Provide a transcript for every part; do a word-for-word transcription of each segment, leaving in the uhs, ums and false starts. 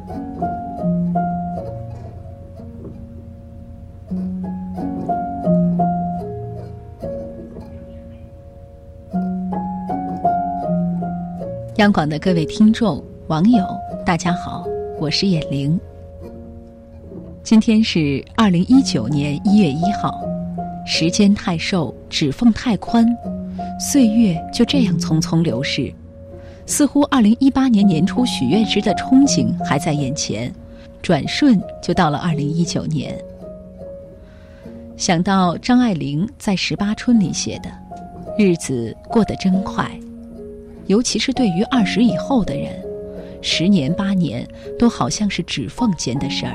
央广的各位听众、网友，大家好，我是眼玲。今天是二零一九年一月一号，时间太瘦，指缝太宽，岁月就这样匆匆流逝，似乎二零一八年年初许愿时的憧憬还在眼前，转瞬就到了二零一九年。想到张爱玲在《十八春》里写的，日子过得真快，尤其是对于二十以后的人，十年八年都好像是指缝间的事儿。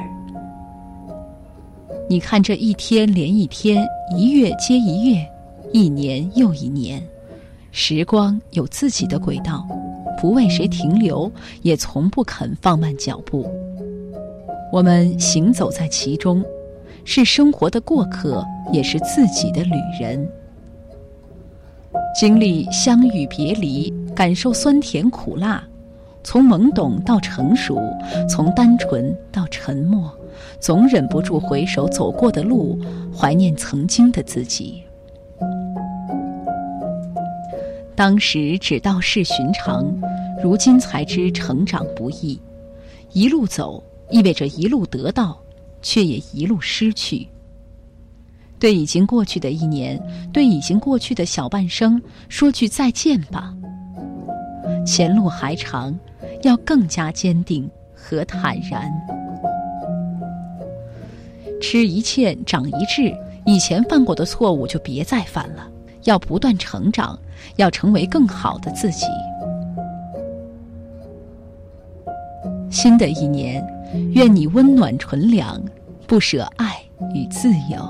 你看这一天连一天，一月接一月，一年又一年，时光有自己的轨道，不为谁停留，也从不肯放慢脚步。我们行走在其中，是生活的过客，也是自己的旅人。经历相遇别离，感受酸甜苦辣，从懵懂到成熟，从单纯到沉默，总忍不住回首走过的路，怀念曾经的自己。当时只道是寻常，如今才知成长不易。一路走，意味着一路得到，却也一路失去。对已经过去的一年，对已经过去的小半生，说句再见吧。前路还长，要更加坚定和坦然。吃一堑长一智，以前犯过的错误就别再犯了，要不断成长，要成为更好的自己。新的一年，愿你温暖纯良，不舍爱与自由。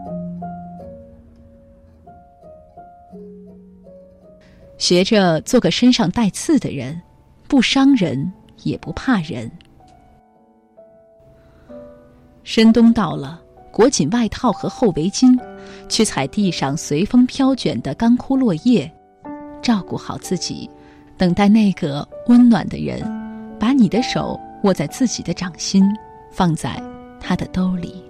学着做个身上带刺的人，不伤人也不怕人。深冬到了，裹紧外套和厚围巾，去采地上随风飘卷的干枯落叶，照顾好自己，等待那个温暖的人，把你的手握在自己的掌心，放在他的兜里。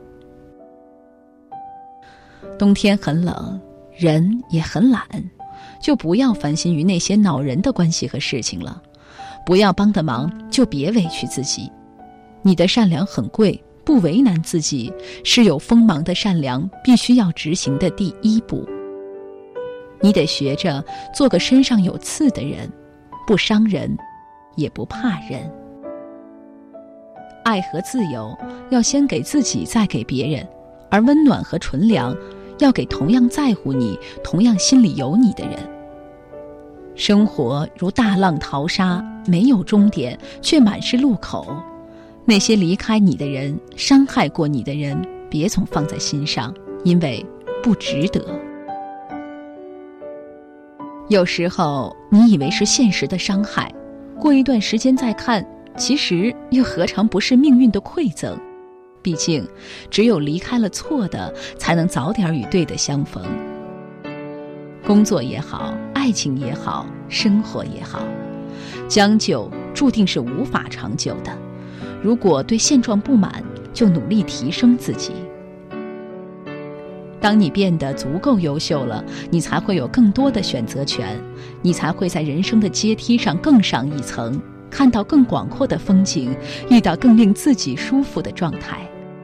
冬天很冷，人也很懒，就不要烦心于那些恼人的关系和事情了，不要帮的忙就别委屈自己。你的善良很贵，不为难自己，是有锋芒的善良必须要执行的第一步。你得学着做个身上有刺的人，不伤人也不怕人。爱和自由要先给自己，再给别人，而温暖和纯良要给同样在乎你、同样心里有你的人。生活如大浪淘沙，没有终点，却满是路口。那些离开你的人，伤害过你的人，别总放在心上，因为不值得。有时候你以为是现实的伤害，过一段时间再看，其实又何尝不是命运的馈赠。毕竟只有离开了错的，才能早点与对的相逢。工作也好，爱情也好，生活也好，将就注定是无法长久的。如果对现状不满，就努力提升自己。当你变得足够优秀了，你才会有更多的选择权，你才会在人生的阶梯上更上一层，看到更广阔的风景，遇到更令自己舒服的状态。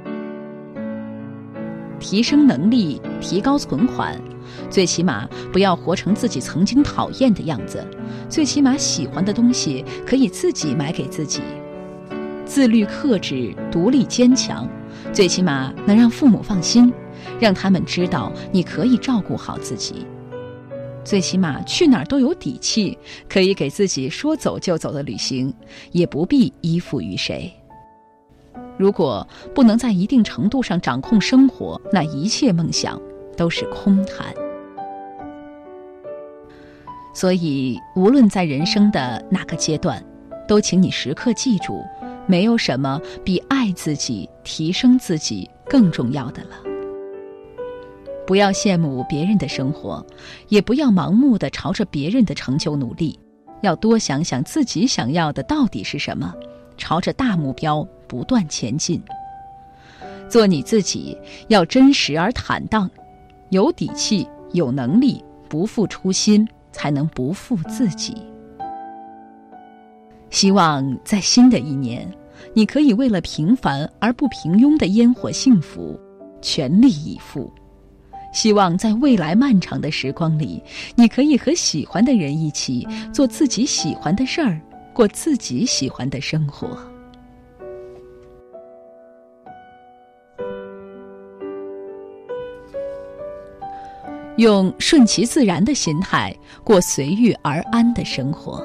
提升能力，提高存款，最起码不要活成自己曾经讨厌的样子，最起码喜欢的东西可以自己买给自己。自律克制，独立坚强，最起码能让父母放心，让他们知道你可以照顾好自己。最起码去哪儿都有底气，可以给自己说走就走的旅行，也不必依附于谁。如果不能在一定程度上掌控生活，那一切梦想都是空谈。所以无论在人生的哪个阶段，都请你时刻记住，没有什么比爱自己、提升自己更重要的了。不要羡慕别人的生活，也不要盲目地朝着别人的成就努力，要多想想自己想要的到底是什么， 朝着大目标不断前进。做你自己，要真实而坦荡，有底气，有能力，不负初心，才能不负自己。希望在新的一年，你可以为了平凡而不平庸的烟火幸福全力以赴。希望在未来漫长的时光里，你可以和喜欢的人一起做自己喜欢的事儿，过自己喜欢的生活。用顺其自然的心态过随遇而安的生活。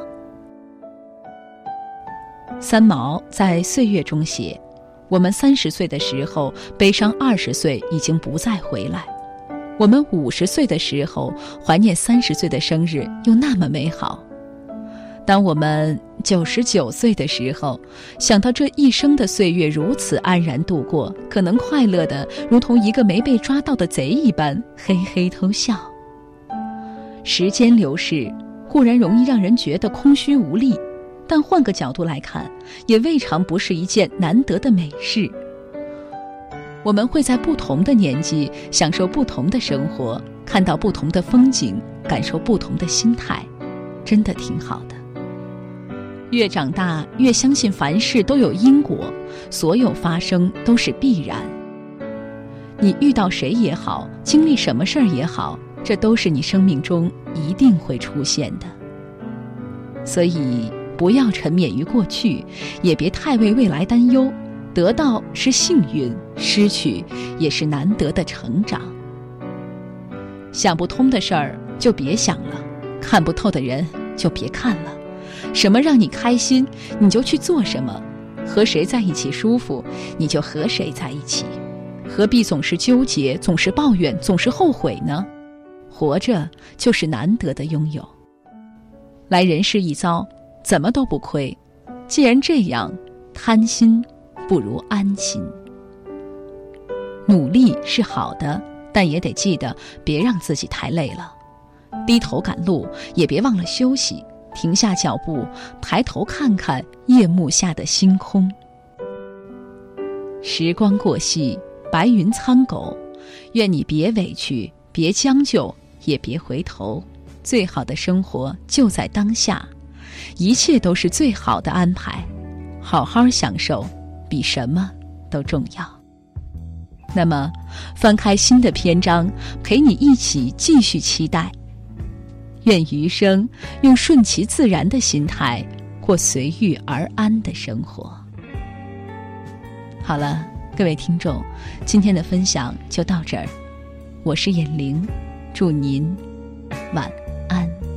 三毛在《岁月》中写，我们三十岁的时候悲伤二十岁已经不再回来，我们五十岁的时候怀念三十岁的生日又那么美好，当我们九十九岁的时候，想到这一生的岁月如此安然度过，可能快乐的如同一个没被抓到的贼一般，嘿嘿偷笑。时间流逝固然容易让人觉得空虚无力，但换个角度来看，也未尝不是一件难得的美事。我们会在不同的年纪享受不同的生活，看到不同的风景，感受不同的心态，真的挺好的。越长大越相信凡事都有因果，所有发生都是必然。你遇到谁也好，经历什么事儿也好，这都是你生命中一定会出现的。所以不要沉湎于过去，也别太为未来担忧，得到是幸运，失去也是难得的成长。想不通的事儿就别想了，看不透的人就别看了。什么让你开心，你就去做什么；和谁在一起舒服，你就和谁在一起。何必总是纠结，总是抱怨，总是后悔呢？活着就是难得的拥有。来人世一遭，怎么都不亏。既然这样，贪心不如安心。努力是好的，但也得记得别让自己太累了。低头赶路，也别忘了休息。停下脚步，抬头看看夜幕下的星空。时光过隙，白云苍狗，愿你别委屈，别将就，也别回头。最好的生活就在当下，一切都是最好的安排。好好享受，比什么都重要。那么，翻开新的篇章，陪你一起继续期待。愿余生用顺其自然的心态过随遇而安的生活。好了，各位听众，今天的分享就到这儿。我是眼玲，祝您晚安。